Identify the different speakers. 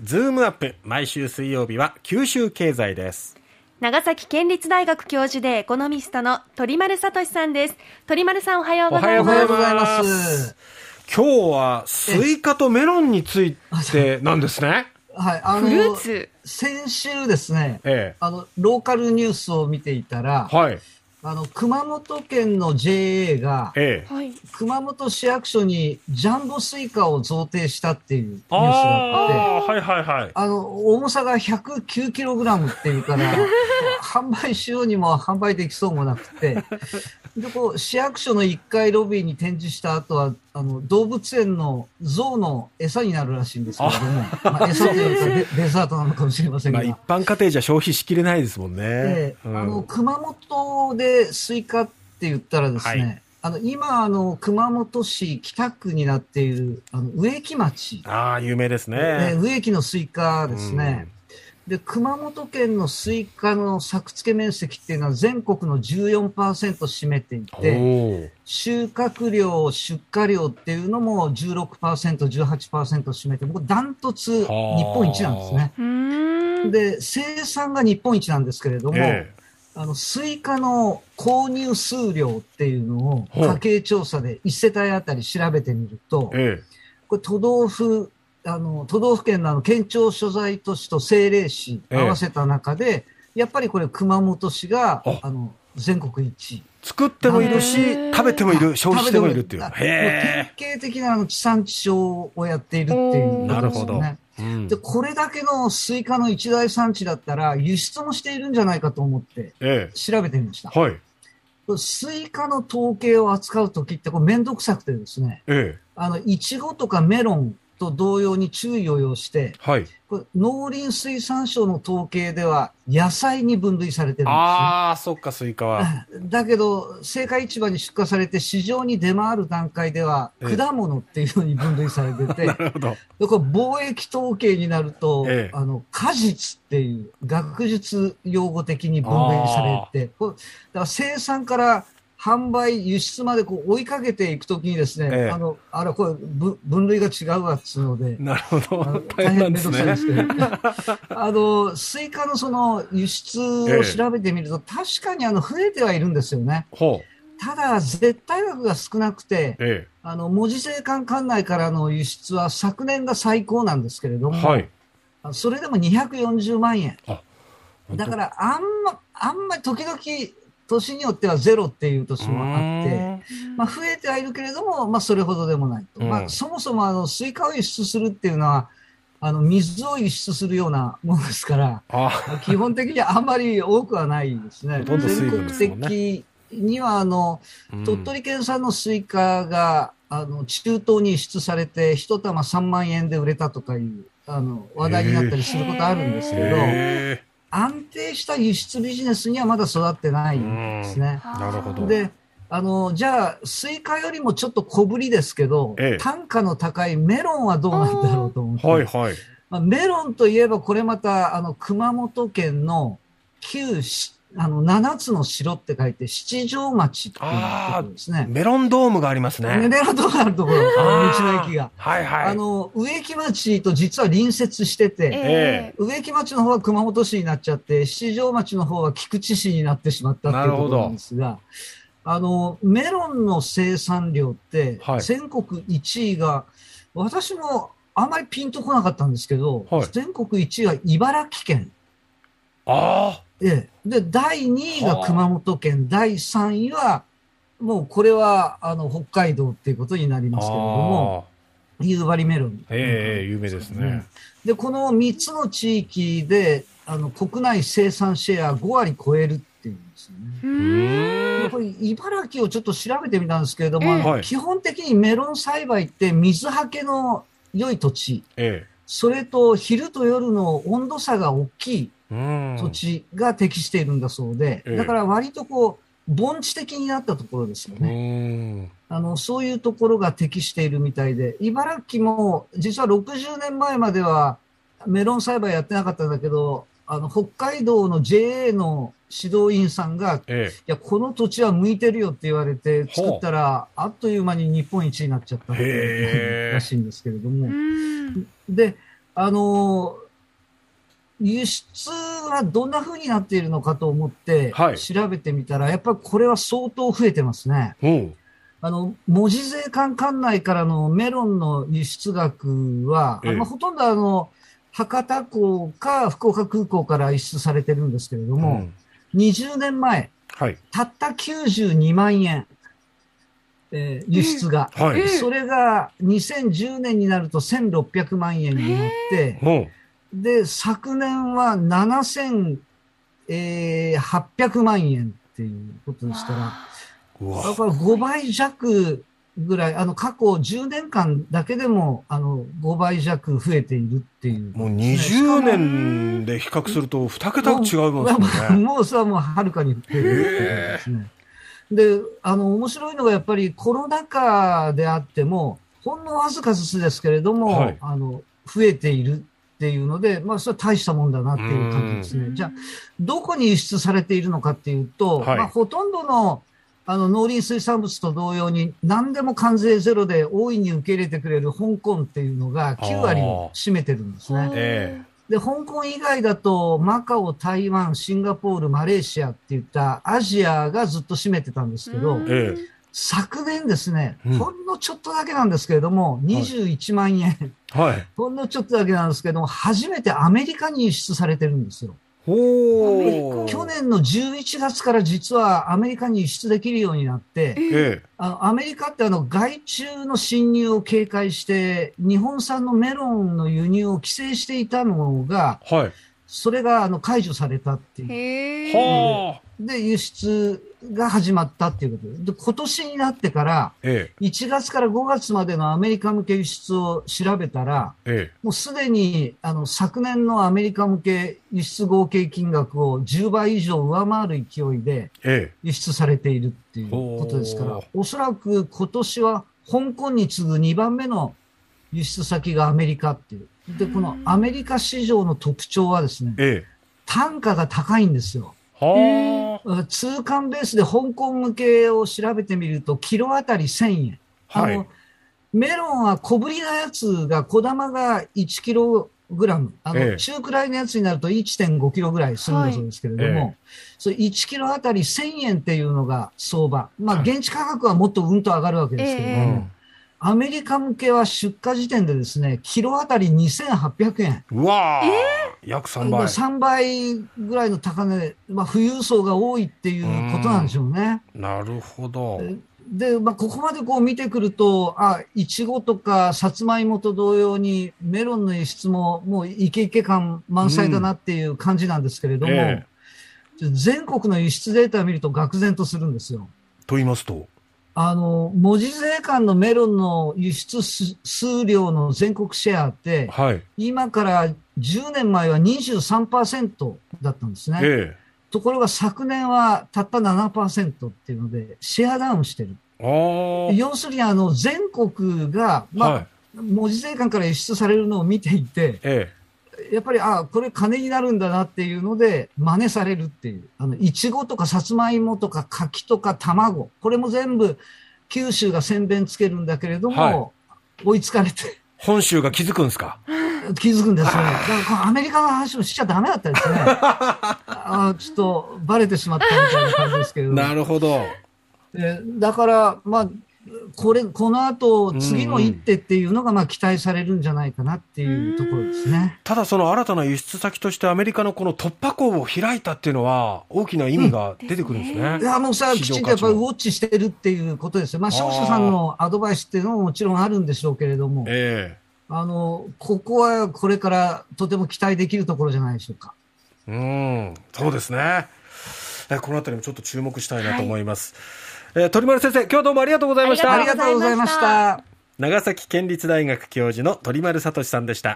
Speaker 1: ズームアップ、毎週水曜日は九州経済です。
Speaker 2: 長崎県立大学教授でエコノミストの鳥丸聡さんです。鳥丸さん、おはようございます。
Speaker 1: おはようございます。今日はスイカとメロンについてなんですね。
Speaker 3: はい、
Speaker 2: フルーツ。
Speaker 3: 先週ですね、ローカルニュースを見ていたら、
Speaker 1: はい、
Speaker 3: 熊本県の JA が、熊本市役所にジャンボスイカを贈呈したっていうニュースがあって、
Speaker 1: はいはいはい、
Speaker 3: 重さが 109kg っていうから販売しようにも販売できそうもなくて、で市役所の1階ロビーに展示した後は動物園の象の餌になるらしいんですけれども、餌というかデザートなのかもしれませんが、
Speaker 1: 一般家庭じゃ消費しきれないですもんね。
Speaker 3: 熊本でスイカって言ったらですね、今熊本市北区になっている植木町、
Speaker 1: 有名ですね。
Speaker 3: 植木のスイカですね。で、熊本県のスイカの作付面積っていうのは全国の 14% 占めていて、収穫量、出荷量っていうのも 16%、18% 占めて、もうダントツ日本一なんですね。で、生産が日本一なんですけれども、スイカの購入数量っていうのを家計調査で1世帯あたり調べてみると、これ都道府県の県庁所在都市と政令市合わせた中で、やっぱりこれ熊本市が全国一位。
Speaker 1: 作ってもいるし、食べてもいる、消費してもいるっていう。
Speaker 3: 典型的な地産地消をやっているっていうことですよね。で、これだけのスイカの一大産地だったら輸出もしているんじゃないかと思って調べてみました。スイカの統計を扱うときってこれめんどくさくてですね、イチゴとかメロンと同様に注意を要して、これ農林水産省の統計では野菜に分類されてるんですね。
Speaker 1: そっか、スイカは。
Speaker 3: だけど、青果市場に出荷されて市場に出回る段階では果物っていうのに分類されてて、
Speaker 1: なるほど。
Speaker 3: でこれ貿易統計になると、果実っていう学術用語的に分類されて、だから生産から販売、輸出まで追いかけていくときにですね、これ分類が違うわっつうので、
Speaker 1: なるほど。
Speaker 3: 大変めんどくさいですけど、スイカのその輸出を調べてみると、確かに増えてはいるんですよね。ただ、絶対額が少なくて、文字税関管内からの輸出は昨年が最高なんですけれども、それでも240万円。だから、あんまり時々、年によってはゼロっていう年もあって、増えてはいるけれども、それほどでもないと。そもそもスイカを輸出するっていうのは、水を輸出するようなものですから、基本的にあんまり多くはないですね。全国的には、鳥取県産のスイカが、中東に輸出されて、一玉3万円で売れたとかいう、話題になったりすることあるんですけど、安定した輸出ビジネスにはまだ育ってないんですね。
Speaker 1: なるほど。
Speaker 3: で、じゃあ、スイカよりもちょっと小ぶりですけど、単価の高いメロンはどうなんだろうと思って。メロンといえばこれまた、熊本県の7つの城って書いて、七条町っていうところですね。
Speaker 1: メロンドームがありますね。
Speaker 3: メロンドームがあるところ、道の駅が。植木町と実は隣接してて、植木町の方は熊本市になっちゃって、七条町の方は菊池市になってしまったっていうところなんですが、メロンの生産量って、全国1位が、私もあんまりピンとこなかったんですけど、全国1位は茨城県。で、第2位が熊本県、第3位は、もうこれは、北海道っていうことになりますけれども、夕張メロン。
Speaker 1: 有名ですね。
Speaker 3: で、この3つの地域で、国内生産シェア5割超えるっていうんですよね。これ、茨城をちょっと調べてみたんですけれども、基本的にメロン栽培って水はけの良い土地、それと昼と夜の温度差が大きい土地が適しているんだそうで、だから割と盆地的になったところですよね。そういうところが適しているみたいで、茨城も実は60年前まではメロン栽培やってなかったんだけど、北海道の JA の指導員さんが、いや、この土地は向いてるよって言われて作ったら、あっという間に日本一になっちゃったらしいんですけれども。で、 輸出はどんな風になっているのかと思って調べてみたら、やっぱりこれは相当増えてますね。文字税関管内からのメロンの輸出額は、ほとんど博多港か福岡空港から輸出されてるんですけれども、20年前、たった92万円、輸出が、それが2010年になると1600万円になって、で、昨年は7800万円っていうことでしたら、だから5倍弱ぐらい、過去10年間だけでも、5倍弱増えているっていう、ね。
Speaker 1: もう20年で比較すると2桁違いますね。
Speaker 3: もうそれはもうはるかに増えているですね。で、面白いのがやっぱりコロナ禍であっても、ほんのわずかずつですけれども、増えているっていうので、それは大したもんだなっていう感じですね。じゃあ、どこに輸出されているのかっていうと、ほとんどの農林水産物と同様に何でも関税ゼロで大いに受け入れてくれる香港っていうのが9割を占めてるんですね。で、香港以外だとマカオ、台湾、シンガポール、マレーシアっていったアジアがずっと占めてたんですけど、昨年ですね、ほんのちょっとだけなんですけれども、21万円、ほんのちょっとだけなんですけれども、初めてアメリカに輸出されてるんですよ。去年の11月から実はアメリカに輸出できるようになって、アメリカって外注の侵入を警戒して、日本産のメロンの輸入を規制していたのが、それが解除されたっていう。で、輸出が始まったっていうことで、今年になってから、1月から5月までのアメリカ向け輸出を調べたら、もうすでに昨年のアメリカ向け輸出合計金額を10倍以上上回る勢いで輸出されているっていうことですから、おそらく今年は香港に次ぐ2番目の輸出先がアメリカっていう。で、このアメリカ市場の特徴はですね、単価が高いんですよ。通関ベースで香港向けを調べてみると、キロあたり1000円。メロンは小ぶりなやつが、小玉が1キログラム。中くらいのやつになると 1.5 キロぐらいするんだそうですけれども、それ1キロあたり1000円っていうのが相場。現地価格はもっとうんと上がるわけですけれども、アメリカ向けは出荷時点でですね、キロあたり2800円。
Speaker 1: 約3倍。
Speaker 3: 3倍ぐらいの高値で、富裕層が多いっていうことなんでしょうね。
Speaker 1: なるほど。
Speaker 3: で、ここまでこう見てくると、いちごとかさつまいもと同様にメロンの輸出ももうイケイケ感満載だなっていう感じなんですけれども、全国の輸出データを見ると愕然とするんですよ。
Speaker 1: と言いますと？
Speaker 3: 文字税関のメロンの輸出数量の全国シェアって、今から10年前は 23% だったんですね。ところが昨年はたった 7% っていうので、シェアダウンしてる。要するに全国が、文字税関から輸出されるのを見ていて、やっぱり、これ金になるんだなっていうので、真似されるっていう。いちごとかさつまいもとか柿とか卵。これも全部、九州が先鞭つけるんだけれども、追いつかれて。
Speaker 1: 本州が気づくんですか？
Speaker 3: 気づくんですね。だからアメリカの話をしちゃダメだったですね。ちょっとバレてしまったみたいな感じですけど。
Speaker 1: なるほど。
Speaker 3: だから、この後、次の一手っていうのが、期待されるんじゃないかなっていうところですね。
Speaker 1: ただ、その新たな輸出先としてアメリカのこの突破口を開いたっていうのは、大きな意味が出てくるんですね。
Speaker 3: いや、もうさ、きちんとやっぱりウォッチしてるっていうことですよ。商社さんのアドバイスっていうのももちろんあるんでしょうけれども、ここはこれからとても期待できるところじゃないでしょうか。
Speaker 1: そうですね。このあたりもちょっと注目したいなと思います。鳥丸先生、今日はどうもありがとうございました。
Speaker 3: ありがとうございました。
Speaker 1: 長崎県立大学教授の鳥丸聡さんでした。